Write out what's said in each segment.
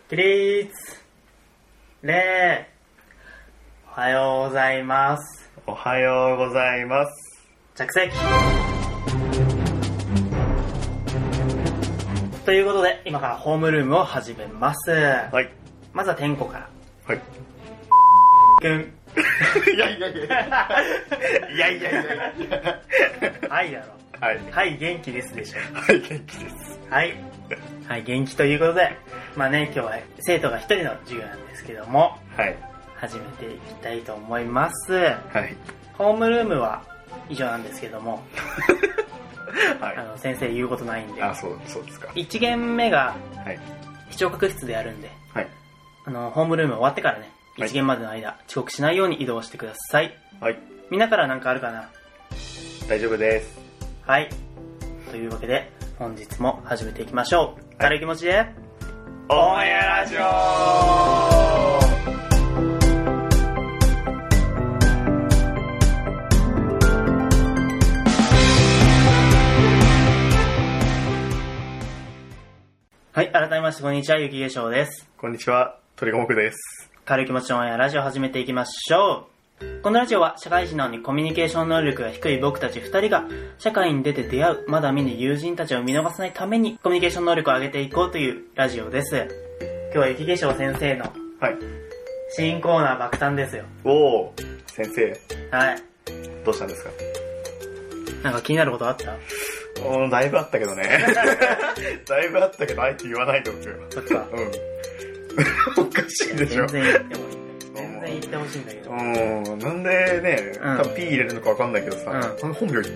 起立礼。おはようございます。 おはようございます。 着席。ということで、今からホームルームを始めます。 はい。 まずは天子から。 はい。 くん。 いやいやいやいや。いやいやいやいや。 はいだろ。 はい。 はい、元気ですでしょ。 はい、元気です。 はい。はい、元気ということで、まあね、今日は生徒が一人の授業なんですけども、 はい。 始めていきたいと思います。 はい。 ホームルームは以上なんですけども、 はい。 先生言うことないんで。 あ、そうですか。 1限目が、 はい。 視聴覚室でやるんで、 はい。 ホームルーム終わってからね、 はい、 1限までの間、遅刻しないように移動してください。 はい。 みんなから何かあるかな？ 大丈夫です。 はい。というわけで、本日も始めていきましょう。軽い気持ちで、 オンエアラジオ。 はい、改めましてこんにちは、ゆきげしょうです。 こんにちは、鳥五目です。 軽い気持ちのオンエアラジオを始めていきましょう。このラジオは社会人なのにコミュニケーション能力が低い僕たち2人が社会に出て出会うまだ見ぬ友人たちを見逃さないためにコミュニケーション能力を上げていこうというラジオです。今日はゆきげしょう先生の新コーナー爆誕ですよ。 おー、先生。 はい。 どうしたんですか？ なんか気になることあった？ だいぶあったけどね。だいぶあったけど、あえて言わないでおくよ。 そっか。 おかしいでしょ。 全然言ってもいい。全然言ってほしいんだけど。 なんでね、多分 P 入れるのかわかんないけどさ、本名言った。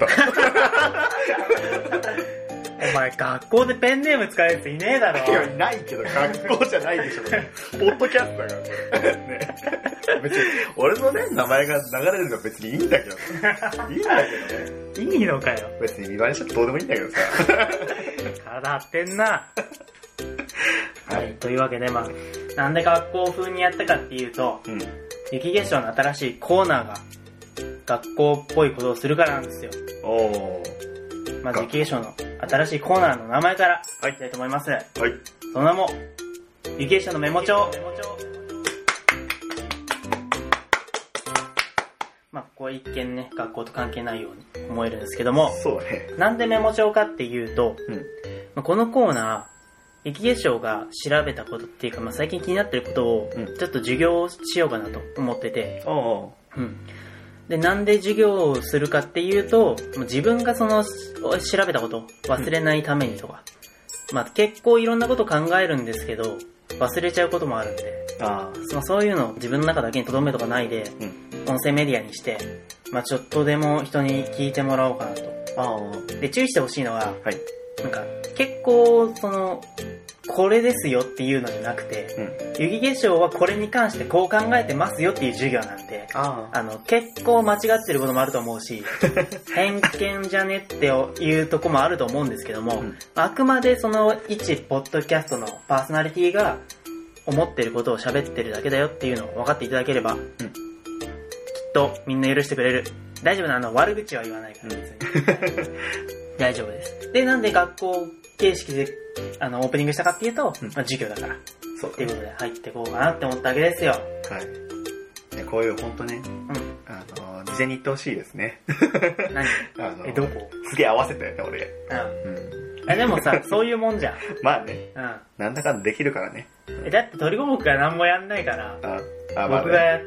お前学校でペンネーム使うやついねえだろ。 いや、いないけど、学校じゃないでしょ。ポッドキャストだから、ね。別に、俺のね、名前が流れるのは別にいいんだけど。いいんだけどね。 いいのかよ。 別に見栄えしちゃってどうでもいいんだけどさ。 体張ってんな。はい、というわけで、まあ、なんで学校風にやったかっていうと、雪化粧の新しいコーナーが学校っぽいことをするからなんですよ。まず雪化粧の新しいコーナーの名前からいきたいと思います。はい。その名も、雪化粧のメモ帳。まあ、ここは一見ね、学校と関係ないように思えるんですけども、 そうね。 なんでメモ帳かっていうと、まあ、このコーナー、雪化粧が調べたことっていうか、まあ、最近気になってることをちょっと授業しようかなと思ってて、で、なんで授業をするかっていうと、自分がその調べたことを忘れないためにとか、まあ、結構いろんなこと考えるんですけど忘れちゃうこともあるんで、そういうのを自分の中だけに留めとかないで、音声メディアにして、まあ、ちょっとでも人に聞いてもらおうかなと。で、注意してほしいのは、なんか結構これですよっていうのじゃなくて、雪化粧はこれに関してこう考えてますよっていう授業なんで、結構間違ってることもあると思うし、偏見じゃねっていうとこもあると思うんですけども、あくまでその一ポッドキャストのパーソナリティが思ってることを喋ってるだけだよっていうのを分かっていただければ、きっとみんな許してくれる。大丈夫な悪口は言わないから別に。大丈夫です。で、なんで学校形式でオープニングしたかっていうと、まあ、授業だから。そう。っていうことで入っていこうかなって思ったわけですよ。 はい。こういうほんとね、事前に言ってほしいですね。 何？どこ？ すげえ合わせたよね、俺。 でもさ、そういうもんじゃん。 まあね。なんだかんだできるからね。 だって鳥五目が何もやんないから。僕がそう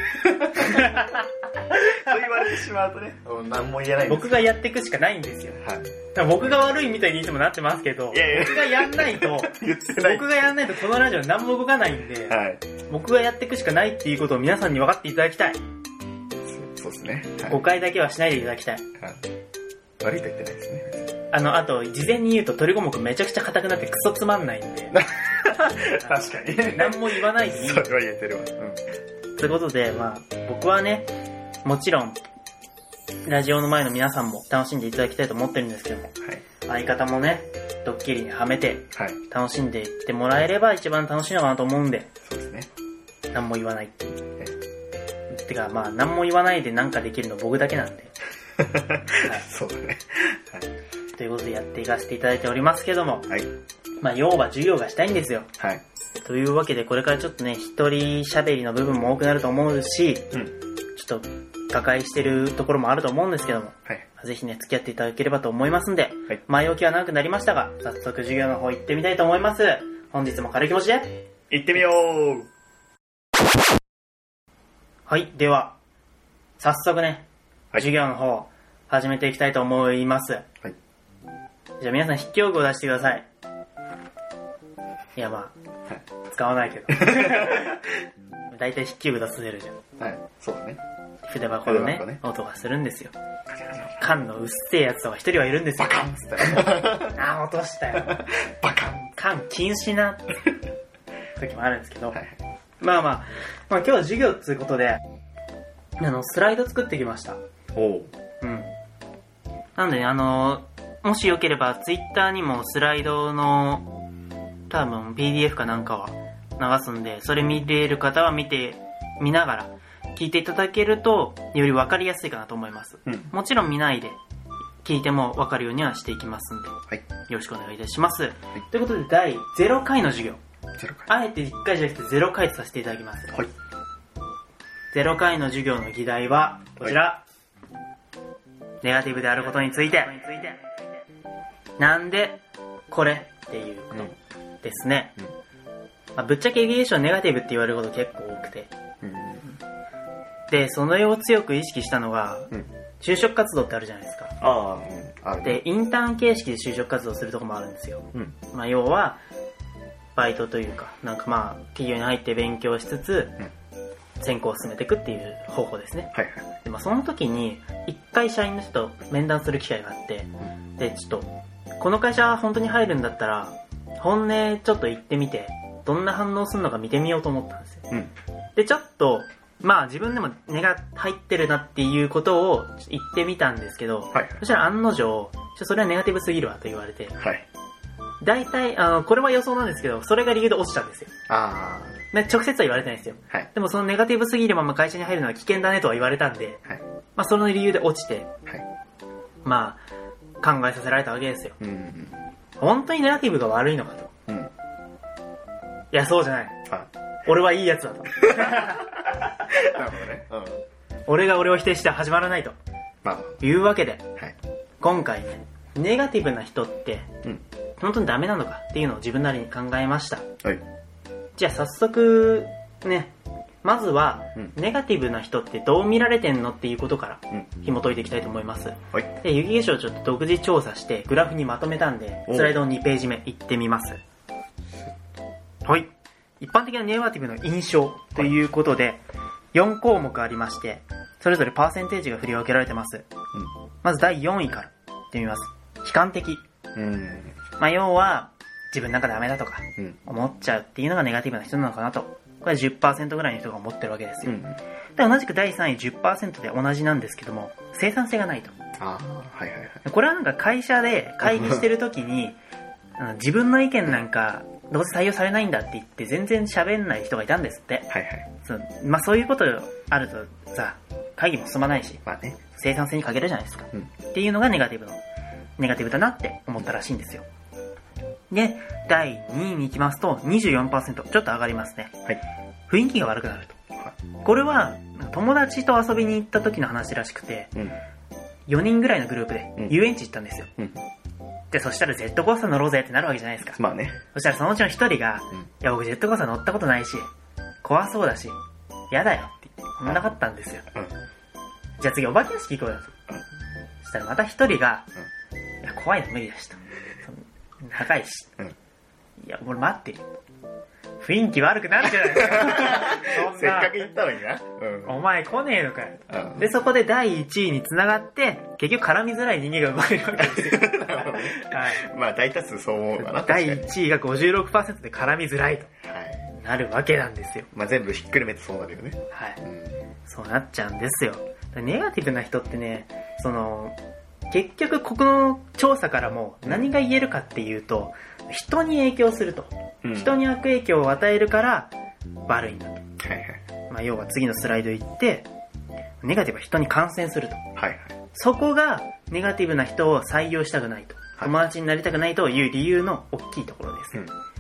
言われてしまうとね、何も言えないんです。 僕がやっていくしかないんですよ。僕が悪いみたいにいつもなってますけど、僕がやんないと、僕がやんないとこのラジオ何も動かないんで、僕がやっていくしかないっていうことを皆さんに分かっていただきたい。 そうですね。 誤解だけはしないでいただきたい。 悪いと言ってないですね。 あと、事前に言うと鳥五目めちゃくちゃ硬くなってクソつまんないんで。 確かに。 何も言わないでいい。 それは言えてるわ。 ということで、まあ、僕はね、もちろん、ラジオの前の皆さんも楽しんでいただきたいと思ってるんですけども、相方もね、ドッキリにはめて、楽しんでいってもらえれば一番楽しいのかなと思うんで、 そうですね。 何も言わないっていう。てか、まあ、何も言わないで何かできるの僕だけなんで。 そうだね。 ということでやっていかせていただいておりますけども、まあ、要は授業がしたいんですよ。 というわけでこれからちょっとね、一人喋りの部分も多くなると思うし、ちょっと瓦解してるところもあると思うんですけども、ぜひね、付き合っていただければと思いますんで、前置きは長くなりましたが、早速授業の方行ってみたいと思います。本日も軽い気持ちで、 行ってみよう。 はい、では、早速ね、授業の方、始めていきたいと思います。じゃあ皆さん筆記用具を出してください。いやまあ、使わないけど。だいたい筆記用具出させるじゃん。 そうだね。 筆箱のね、音がするんですよ。缶のうっせえやつとか一人はいるんですよ。 バカンっつって。 落としたよ。 バカン。 缶禁止な時もあるんですけど。まあ今日は授業っていうことで、スライド作ってきました。なんでもしよければツイッターにもスライドの多分 PDF かなんかは流すんで、それ見れる方は見ながら聞いていただけるとより分かりやすいかなと思います。もちろん見ないで聞いても分かるようにはしていきますんで、よろしくお願いいたします。ということで第0回の授業、あえて1回じゃなくて0回とさせていただきます。0回の授業の議題はこちら、ネガティブであることについて、なんでこれっていうことですね。ぶっちゃけエ現象ネガティブって言われること結構多くて、でその絵を強く意識したのが、就職活動ってあるじゃないですか。でインターン形式で就職活動するとこもあるんですよ。要はバイトというか、なんか企業に入って勉強しつつ、選考を進めていくっていう方法ですね。でその時に一回社員の人と面談する機会があって、でちょっとこの会社本当に入るんだったら本音ちょっと言ってみてどんな反応するのか見てみようと思ったんですよ。でちょっと自分でも根が入ってるなっていうことを言ってみたんですけど、そしたら案の定それはネガティブすぎるわと言われて、大体これは予想なんですけど、それが理由で落ちたんですよ。直接は言われてないんですよ。でもそのネガティブすぎるまま会社に入るのは危険だねとは言われたんで、その理由で落ちて、考えさせられたわけですよ。本当にネガティブが悪いのかと。いやそうじゃない。俺はいいやつだと。俺が俺を否定しては始まらないと。いうわけで、今回ね、ネガティブな人って、本当にダメなのかっていうのを自分なりに考えました。じゃあ早速ね、まずは、ネガティブな人ってどう見られてんのっていうことから紐解いていきたいと思います。で、雪化粧をちょっと独自調査してグラフにまとめたんで、スライドの2ページ目いってみます。一般的なネガティブの印象ということで、4項目ありまして、それぞれパーセンテージが振り分けられてます。まず第4位からいってみます。悲観的。要は自分なんかダメだとか思っちゃうっていうのがネガティブな人なのかなと。これ 10% ぐらいの人が思ってるわけですよ。で同じく第3位 10% で同じなんですけども、生産性がないと。これはなんか会社で会議してる時に自分の意見なんかどうせ採用されないんだって言って全然喋んない人がいたんですって。そういうことあるとさ、会議も進まないし、生産性に欠けるじゃないですか。っていうのがネガティブだなって思ったらしいんですよ。で、第2位に行きますと 24%、ちょっと上がりますね。雰囲気が悪くなると。これは友達と遊びに行った時の話らしくて、4人ぐらいのグループで遊園地行ったんですよ。で、そしたらジェットコースター乗ろうぜってなるわけじゃないですか。そしたらそのうちの一人が、いや僕ジェットコースター乗ったことないし、怖そうだし、嫌だよって言って、乗んなかったんですよ。じゃあ次お化け屋敷行こうよと。そしたらまた一人が、いや怖いの無理だしと。高いし。いや、俺待ってる。雰囲気悪くなるじゃないですか。 せっかく言ったのにな。 お前来ねえのかよ。で、そこで第1位に繋がって、結局絡みづらい人間が生まれるわけですよ。 大多数そう思うかな。 第1位が 56% で絡みづらいと。なるわけなんですよ。 全部ひっくるめてそうなるよね。 そうなっちゃうんですよ。ネガティブな人ってね、結局ここの調査からも何が言えるかっていうと、人に影響すると、人に悪影響を与えるから悪いんだと。要は次のスライド行って、ネガティブは人に感染すると。そこがネガティブな人を採用したくないと、友達になりたくないという理由の大きいところです。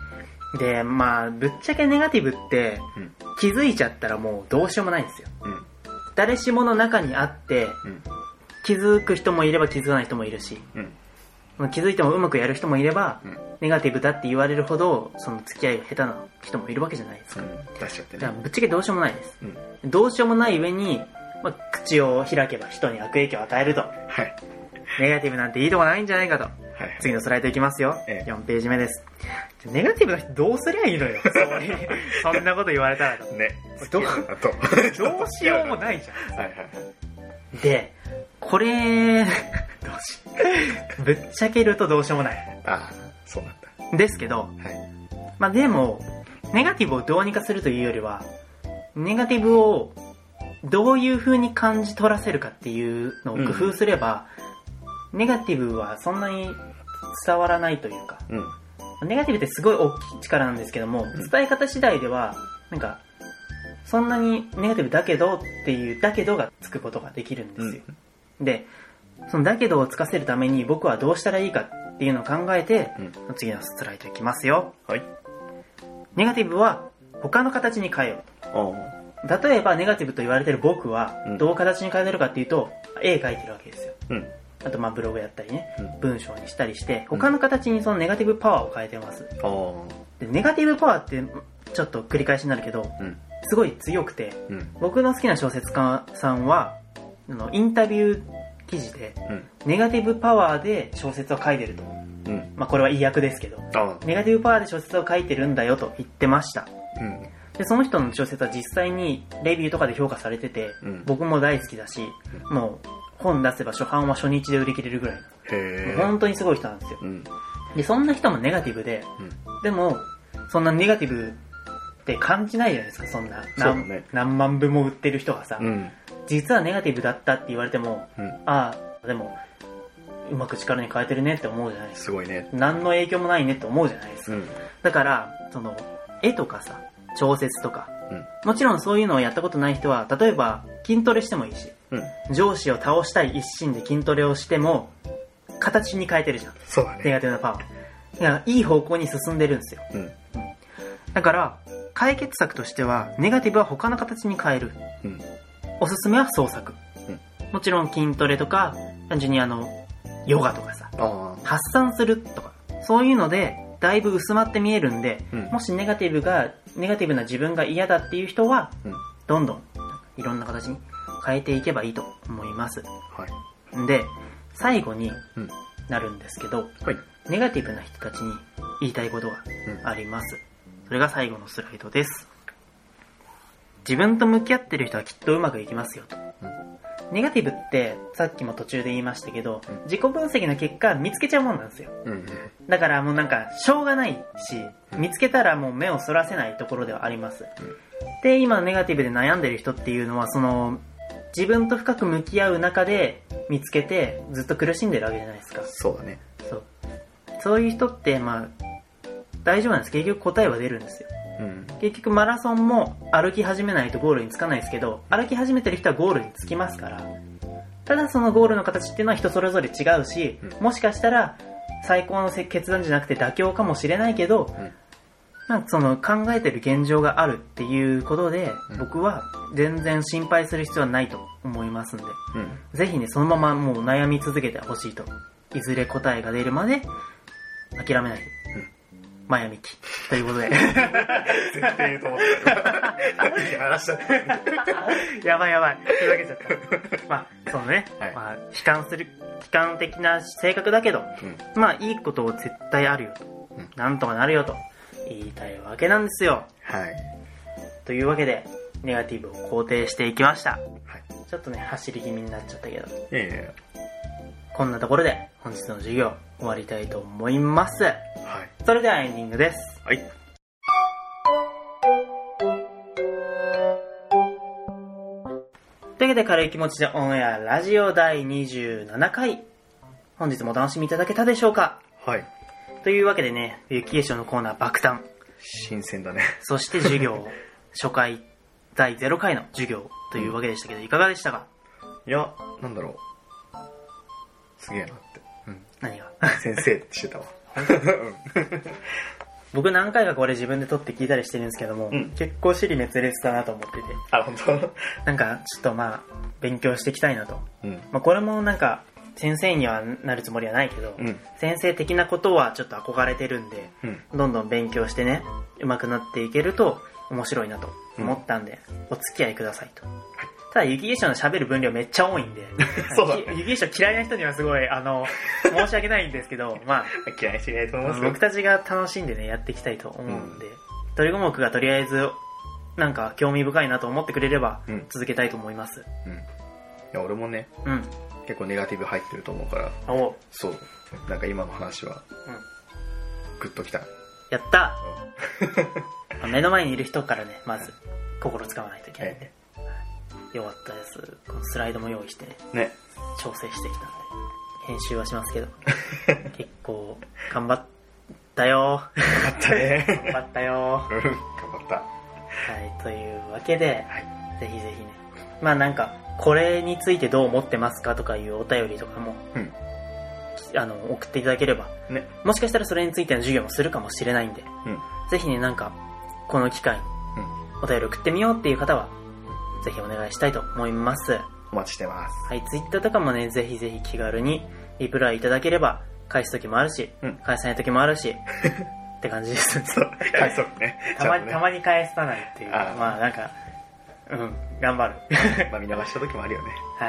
で、まあ、ぶっちゃけネガティブって、気づいちゃったらもうどうしようもないんですよ。誰しもの中にあって、気づく人もいれば気づかない人もいるし、気づいてもうまくやる人もいれば、ネガティブだって言われるほど、その付き合いが下手な人もいるわけじゃないですか。だからぶっちゃけどうしようもないです。どうしようもない上に、まあ、口を開けば人に悪影響を与えると。ネガティブなんていいとこないんじゃないかと。次のスライドいきますよ。4ページ目です。ネガティブな人どうすりゃいいのよ。そんなこと言われたらと。どうしようもないじゃん。で、これ、ぶっちゃけるとどうしようもない。 そうなんだ。 ですけど、まあでも、ネガティブをどうにかするというよりは、ネガティブをどういう風に感じ取らせるかっていうのを工夫すれば、ネガティブはそんなに伝わらないというか、ネガティブってすごい大きい力なんですけども、伝え方次第では、なんか、そんなにネガティブだけどっていう、だけどがつくことができるんですよ。で、そのだけどをつかせるために僕はどうしたらいいかっていうのを考えて、次のスライドいきますよ。ネガティブは他の形に変えよう。例えばネガティブと言われてる僕はどう形に変えてるかっていうと、絵描いてるわけですよ。あとまあブログやったりね、文章にしたりして他の形にそのネガティブパワーを変えてます。でネガティブパワーってちょっと繰り返しになるけど、すごい強くて、僕の好きな小説家さんはインタビュー記事で、ネガティブパワーで小説を書いてると、まあこれは意訳ですけど、ネガティブパワーで小説を書いてるんだよと言ってました。でその人の小説は実際にレビューとかで評価されてて、僕も大好きだし、もう本出せば初版は初日で売り切れるぐらいの本当にすごい人なんですよ。でそんな人もネガティブで、でもそんなネガティブって感じないじゃないですか。そんな何万部も売ってる人がさ、実はネガティブだったって言われても、でもうまく力に変えてるねって思うじゃないですか。すごいね。何の影響もないねって思うじゃないですか。だからその絵とかさ、小説とか、もちろんそういうのをやったことない人は、例えば筋トレしてもいいし、上司を倒したい一心で筋トレをしても形に変えてるじゃん。そうだね。ネガティブなパワー。いや、いい方向に進んでるんですよ。だから解決策としては、ネガティブは他の形に変える。おすすめは創作。もちろん筋トレとか、単純にヨガとかさ、発散するとか、そういうのでだいぶ薄まって見えるんで、もしネガティブな自分が嫌だっていう人は、どんどんいろんな形に変えていけばいいと思います。で、最後になるんですけど、ネガティブな人たちに言いたいことがあります。それが最後のスライドです。自分と向き合ってる人はきっとうまくいきますよと。ネガティブってさっきも途中で言いましたけど、自己分析の結果見つけちゃうもんなんですよ。だからもうなんかしょうがないし、見つけたらもう目をそらせないところではあります。で、今ネガティブで悩んでる人っていうのは、その自分と深く向き合う中で見つけてずっと苦しんでるわけじゃないですか。そうだね。そういう人ってまあ大丈夫なんです。結局答えは出るんですよ。結局マラソンも歩き始めないとゴールにつかないですけど、歩き始めてる人はゴールにつきますから。ただそのゴールの形っていうのは人それぞれ違うし、もしかしたら最高の決断じゃなくて妥協かもしれないけど、まあ、その考えてる現状があるっていうことで、僕は全然心配する必要はないと思いますんで、ぜひね、そのままもう悩み続けてほしいと。いずれ答えが出るまで諦めないで。マヤミキということで絶対言うと思った話しちゃったやばいふざけちゃったまあそのね、まあ、悲観的な性格だけど、まあいいことを絶対あるよと、なんとかなるよと言いたいわけなんですよ。というわけでネガティブを肯定していきました。ちょっとね走り気味になっちゃったけど、こんなところで本日の授業終わりたいと思います。それではエンディングです。というわけで、軽い気持ちでオンエアラジオ第27回、本日もお楽しみいただけたでしょうか。というわけでね、雪化粧のコーナー爆誕、新鮮だね。そして授業初回第0回の授業というわけでしたけど、いかがでしたか？いや、なんだろう、すげえなって。何が？先生ってしてたわ。 僕何回かこれ自分で撮って聞いたりしてるんですけども、結構尻滅裂だなと思ってて。 あ、本当？ なんか、ちょっと勉強していきたいなと。これもなんか、先生にはなるつもりはないけど、先生的なことはちょっと憧れてるんで、どんどん勉強してね、上手くなっていけると面白いなと思ったんで、お付き合いくださいと。ただ、雪化粧の喋る分量めっちゃ多いんで、 そうだね。 雪化粧嫌いな人にはすごい、申し訳ないんですけど、 嫌いな人いないと思いますよ。 僕たちが楽しんでね、やっていきたいと思うんで、鳥五目がとりあえず、なんか興味深いなと思ってくれれば、続けたいと思います。 いや、俺もね、結構ネガティブ入ってると思うから、そう、なんか今の話は、グッときた。 やった目の前にいる人からね、まず、心つかまないといけないんで。よかったです。このスライドも用意してね、調整してきたんで、編集はしますけど、結構、頑張ったよ。 頑張ったね。 頑張ったよ。 頑張った。 はい、というわけで、ぜひぜひね、なんか、これについてどう思ってますかとかいうお便りとかも、送っていただければ、もしかしたらそれについての授業もするかもしれないんで、ぜひね、なんか、この機会に、お便り送ってみようっていう方は、ぜひお願いしたいと思います。 お待ちしてます。 はい、ツイッターとかもね、ぜひぜひ気軽にリプライいただければ、返すときもあるし、返さないときもあるし、って感じです。 そう、返そうね。 たまに返さないっていう。なんか、頑張る。 見逃したときもあるよね。 はい、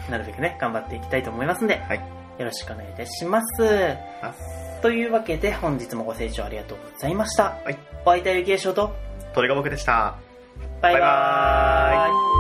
なるべくね、頑張っていきたいと思いますんで、よろしくお願いいたします。というわけで、本日もご清聴ありがとうございました。お相手は雪化粧と、 鳥が僕でした。 バイバーイ。